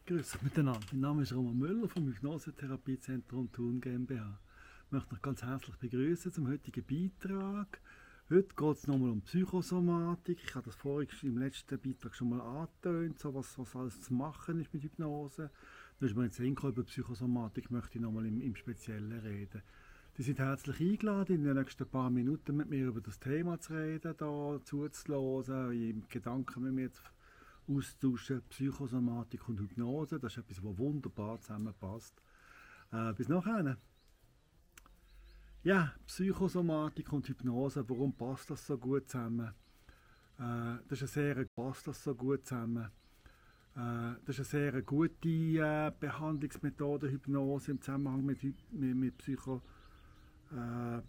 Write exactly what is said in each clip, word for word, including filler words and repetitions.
Grüß euch miteinander. Mein Name ist Roman Müller vom Hypnosetherapiezentrum Thun GmbH. Ich möchte euch ganz herzlich begrüßen zum heutigen Beitrag. Heute geht es nochmal um Psychosomatik. Ich habe das vorhin im letzten Beitrag schon mal angetönt, so was, was alles zu machen ist mit Hypnose. Da ist mir jetzt hingekommen, über Psychosomatik möchte ich nochmal im, im Speziellen reden. Sie sind herzlich eingeladen, in den nächsten paar Minuten mit mir über das Thema zu reden, da zuzuhören, im Gedanken mit mir jetzt austauschen, Psychosomatik und Hypnose. Das ist etwas, was wunderbar zusammenpasst. Äh, bis nachher. Ja, Psychosomatik und Hypnose, warum passt das so gut zusammen? Äh, das ist eine sehr, passt das so gut zusammen? Äh, das ist eine sehr gute äh, Behandlungsmethode, Hypnose im Zusammenhang mit, mit, mit, Psycho, äh,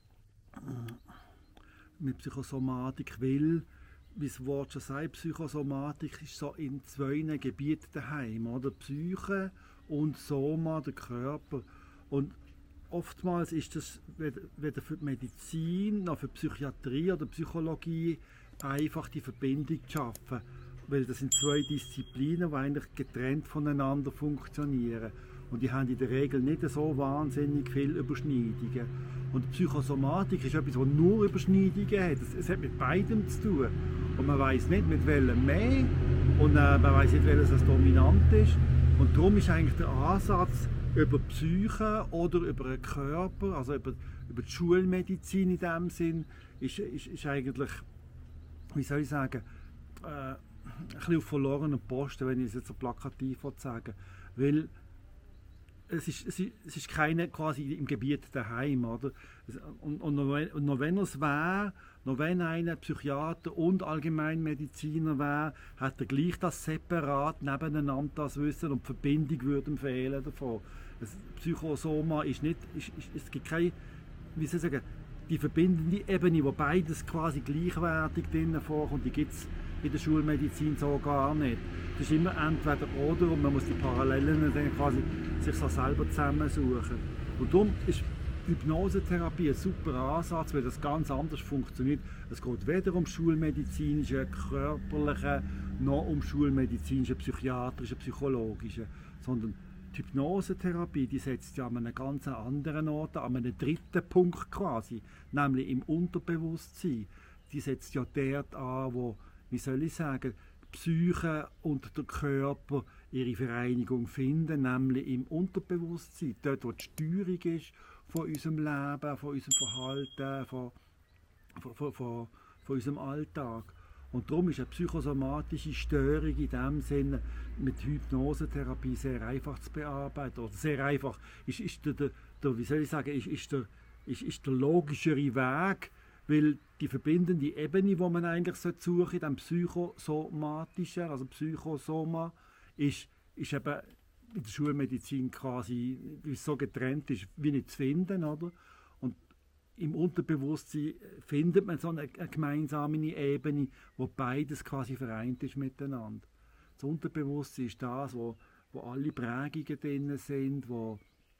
mit Psychosomatik, weil, wie das Wort schon sagt, Psychosomatik ist so in zwei Gebieten daheim, oder? Psyche und Soma, der Körper. Und oftmals ist das weder für die Medizin noch für die Psychiatrie oder Psychologie einfach die Verbindung zu schaffen, weil das sind zwei Disziplinen, die eigentlich getrennt voneinander funktionieren. Und die haben in der Regel nicht so wahnsinnig viele Überschneidungen. Und Psychosomatik ist etwas, das nur Überschneidungen hat. Es, es hat mit beidem zu tun. Und man weiß nicht, mit welchem mehr. Und äh, man weiß nicht, welches das dominant ist. Und darum ist eigentlich der Ansatz über die Psyche oder über den Körper, also über, über die Schulmedizin in dem Sinn, ist, ist, ist eigentlich, wie soll ich sagen, äh, ein bisschen auf verlorenem Posten, wenn ich es jetzt so plakativ sagen will. Weil es ist, es, ist, es ist keine quasi im Gebiet daheim, oder? Und, und, noch, und noch wenn es wäre, noch wenn einer Psychiater und Allgemeinmediziner wäre, hat er gleich das separat nebeneinander das Wissen und die Verbindung würde ihm fehlen davon. Das Psychosoma ist nicht, ist, ist, es gibt keine, wie soll ich sagen, die verbindende Ebene, wo beides quasi gleichwertig drin vorkommt, die gibt es in der Schulmedizin so gar nicht. Das ist immer entweder oder und man muss die Parallelen dann quasi sich so selber zusammensuchen. Und darum ist die Hypnosetherapie ein super Ansatz, weil das ganz anders funktioniert. Es geht weder um schulmedizinische, körperliche, noch um schulmedizinische, psychiatrische, psychologische, sondern die Hypnosetherapie, die setzt ja an einem ganz anderen Ort, an einem dritten Punkt quasi, nämlich im Unterbewusstsein. Die setzt ja dort an, wo, wie soll ich sagen, die Psyche und der Körper ihre Vereinigung finden, nämlich im Unterbewusstsein, dort wo die Steuerung ist von unserem Leben, von unserem Verhalten, von, von, von, von, von unserem Alltag. Und darum ist eine psychosomatische Störung in dem Sinne mit Hypnosetherapie sehr einfach zu bearbeiten. Oder sehr einfach ist, ist der, der, wie soll ich sagen, ist, ist, der, ist, ist der logischere Weg, weil die verbindende Ebene, die man eigentlich suchen, dem psychosomatischen, also Psychosoma, ist, ist eben in der Schulmedizin quasi, wie es so getrennt ist, wie nicht zu finden, oder? Und im Unterbewusstsein findet man so eine, eine gemeinsame Ebene, wo beides quasi vereint ist miteinander. Das Unterbewusstsein ist das, wo, wo alle Prägungen drin sind, wo,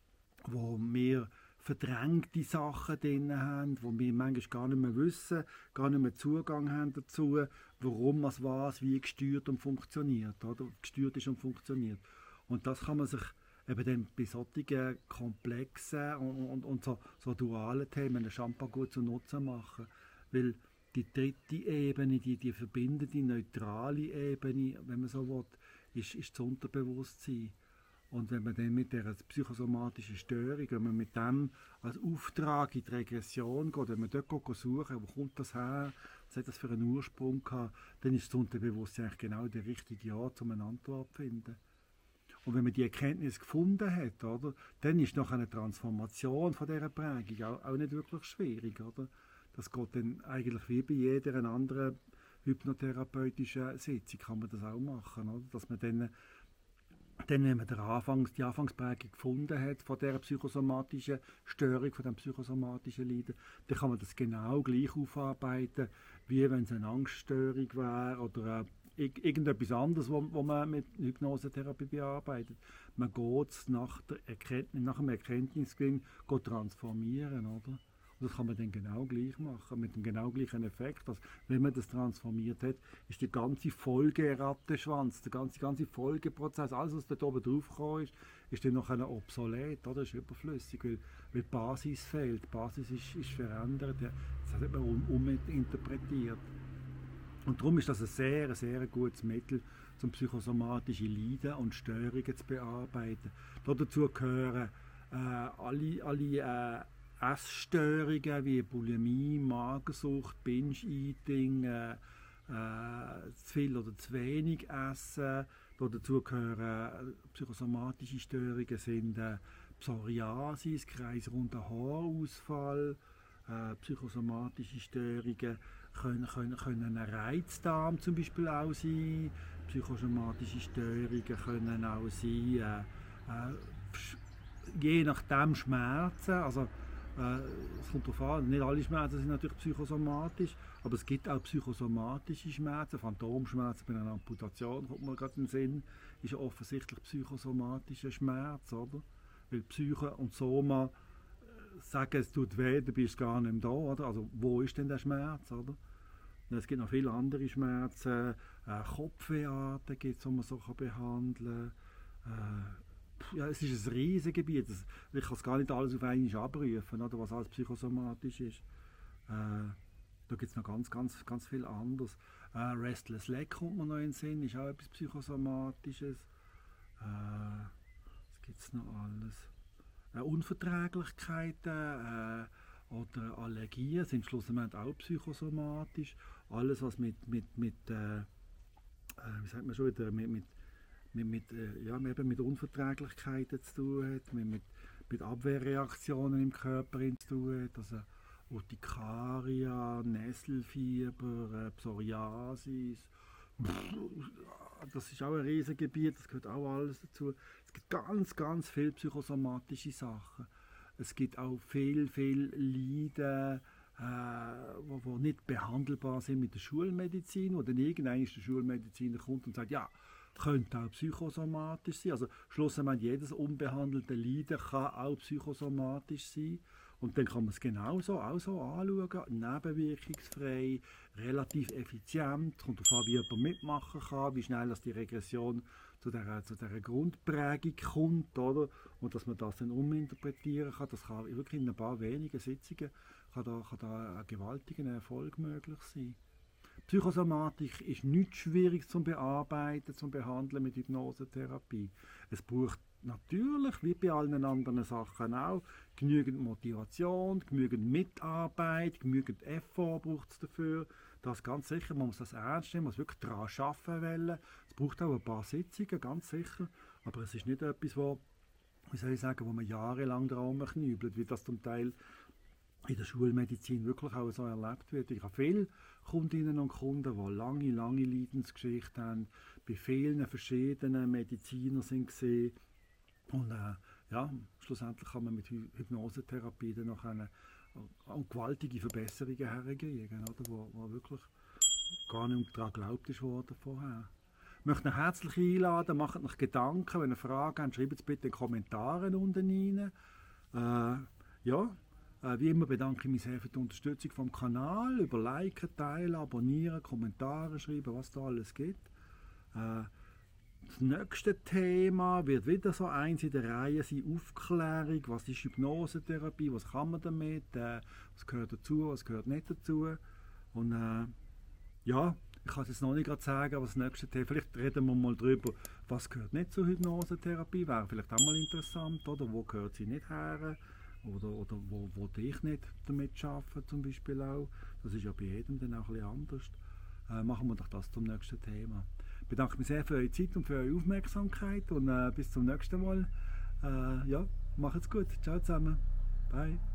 wo wir verdrängte Sachen drin haben, wo wir manchmal gar nicht mehr wissen, gar nicht mehr Zugang haben dazu, warum was was wie gesteuert und funktioniert, oder? Gesteuert ist und funktioniert. Und das kann man sich eben dann bei solchen komplexen und, und, und so, so dualen Themen Champa gut zu Nutzen machen. Weil die dritte Ebene, die, die verbindende, neutrale Ebene, wenn man so will, ist, ist das Unterbewusstsein. Und wenn man dann mit dieser psychosomatischen Störung, wenn man mit dem als Auftrag in die Regression geht, wenn man dort geht suchen, wo kommt das her, was hat das für einen Ursprung gehabt, dann ist das Unterbewusstsein eigentlich genau der richtige Ort, um eine Antwort zu finden. Und wenn man die Erkenntnis gefunden hat, oder, dann ist noch eine Transformation von dieser Prägung auch, auch nicht wirklich schwierig. Oder? Das geht dann eigentlich wie bei jeder anderen hypnotherapeutischen Sitzung, kann man das auch machen. Oder? Dass man dann, dann, wenn man den Anfangs, die Anfangsprägung gefunden hat von dieser psychosomatischen Störung, von dem psychosomatischen Leiden, dann kann man das genau gleich aufarbeiten, wie wenn es eine Angststörung wäre oder eine irgendetwas anderes, wo, wo man mit Hypnosetherapie bearbeitet. Man geht es nach, der Erkenntnis, nach dem Erkenntnisgewinn transformieren, oder? Und das kann man dann genau gleich machen, mit dem genau gleichen Effekt. Also, wenn man das transformiert hat, ist der ganze Folgerattenschwanz, der ganze, ganze Folgeprozess, alles, was dort oben drauf gekommen ist, ist dann noch obsolet, oder? Ist überflüssig, weil, weil die Basis fehlt. Die Basis ist, ist verändert, das hat man um, uminterpretiert. Und darum ist das ein sehr, sehr gutes Mittel, um psychosomatische Leiden und Störungen zu bearbeiten. Dazu gehören äh, alle, alle äh, Essstörungen wie Bulimie, Magersucht, Binge-Eating, äh, äh, zu viel oder zu wenig Essen. Dazu gehören äh, psychosomatische Störungen, sind äh, Psoriasis, kreisrunder Haarausfall, äh, psychosomatische Störungen können, können, können ein Reizdarm zum Beispiel auch sein, psychosomatische Störungen können auch sein, äh, äh, je nachdem Schmerzen, also äh, es kommt darauf an, nicht alle Schmerzen sind natürlich psychosomatisch, aber es gibt auch psychosomatische Schmerzen, Phantomschmerzen bei einer Amputation, kommt mir gerade in den Sinn, ist ja offensichtlich psychosomatischer Schmerz, oder? Weil Psyche und Soma äh, sagen, es tut weh, du bist gar nicht mehr da, oder? Also wo ist denn der Schmerz, oder? Es gibt noch viele andere Schmerzen, äh, Kopfweharten gibt es, die man so kann behandeln kann. Äh, ja, es ist ein riesiges Gebiet. Das, ich kann es gar nicht alles auf einmal abrufen, oder, was alles psychosomatisch ist. Äh, da gibt es noch ganz, ganz, ganz viel anderes. Äh, Restless Leg kommt mir noch in den Sinn, ist auch etwas Psychosomatisches. Äh, was gibt es noch alles? Äh, Unverträglichkeiten äh, oder Allergien sind schlussendlich auch psychosomatisch. Alles, was mit, mit, mit äh, wie sagt man schon wieder, mit, mit, mit, mit, äh, ja, eben mit Unverträglichkeiten zu tun hat, mit, mit, mit Abwehrreaktionen im Körper zu tun hat, also Urtikaria, Nesselfieber, äh, Psoriasis. Das ist auch ein riesiges Gebiet, das gehört auch alles dazu. Es gibt ganz, ganz viele psychosomatische Sachen. Es gibt auch viel, viel Leiden, äh, wo, wo nicht behandelbar sind mit der Schulmedizin, wo dann irgendwann der Schulmediziner kommt und sagt, ja, könnte auch psychosomatisch sein. Also schlussendlich jedes unbehandelte Leiden kann auch psychosomatisch sein. Und dann kann man es genauso auch so anschauen, nebenwirkungsfrei, relativ effizient, kommt darauf an, wie jemand mitmachen kann, wie schnell dass die Regression zu dieser, zu dieser Grundprägung kommt, oder? Und dass man das dann uminterpretieren kann. Das kann wirklich in ein paar wenigen Sitzungen kann da, kann da ein gewaltiger Erfolg möglich sein. Psychosomatik ist nichts Schwieriges zum Bearbeiten, zum Behandeln mit Hypnosetherapie. Es braucht natürlich, wie bei allen anderen Sachen auch, genügend Motivation, genügend Mitarbeit, genügend Effort braucht es dafür. Das ganz sicher, man muss das ernst nehmen, man muss wirklich daran arbeiten wollen. Es braucht auch ein paar Sitzungen, ganz sicher. Aber es ist nicht etwas, wo, wie soll ich sagen, wo man jahrelang daran knübelt, wie das zum Teil in der Schulmedizin wirklich auch so erlebt wird. Ich habe viele Kundinnen und Kunden, die lange, lange Leidensgeschichte haben, bei vielen verschiedenen Medizinern sind gesehen. Und äh, ja, schlussendlich kann man mit Hy Hypnosetherapie dann noch eine, eine gewaltige Verbesserungen herkriegen, oder, wo, wo wirklich gar nicht daran geglaubt ist worden vorher. Ich möchte euch herzlich einladen, macht euch Gedanken, wenn ihr Fragen habt, schreibt es bitte in die Kommentare unten rein. Äh, ja, äh, wie immer bedanke ich mich sehr für die Unterstützung vom Kanal, über Liken, Teilen, Abonnieren, Kommentare schreiben, was da alles gibt. Äh, Das nächste Thema wird wieder so eins in der Reihe sein, Aufklärung, was ist Hypnosetherapie, was kann man damit, äh, was gehört dazu, was gehört nicht dazu. Und äh, ja, ich kann es jetzt noch nicht gerade sagen, was das nächste Thema, vielleicht reden wir mal darüber, was gehört nicht zur Hypnosetherapie, wäre vielleicht auch mal interessant, oder wo gehört sie nicht her, oder, oder wo, wo ich nicht damit arbeite zum Beispiel auch. Das ist ja bei jedem dann auch ein bisschen anders. Äh, machen wir doch das zum nächsten Thema. Ich bedanke mich sehr für eure Zeit und für eure Aufmerksamkeit und äh, bis zum nächsten Mal. Äh, ja, macht's gut. Ciao zusammen. Bye.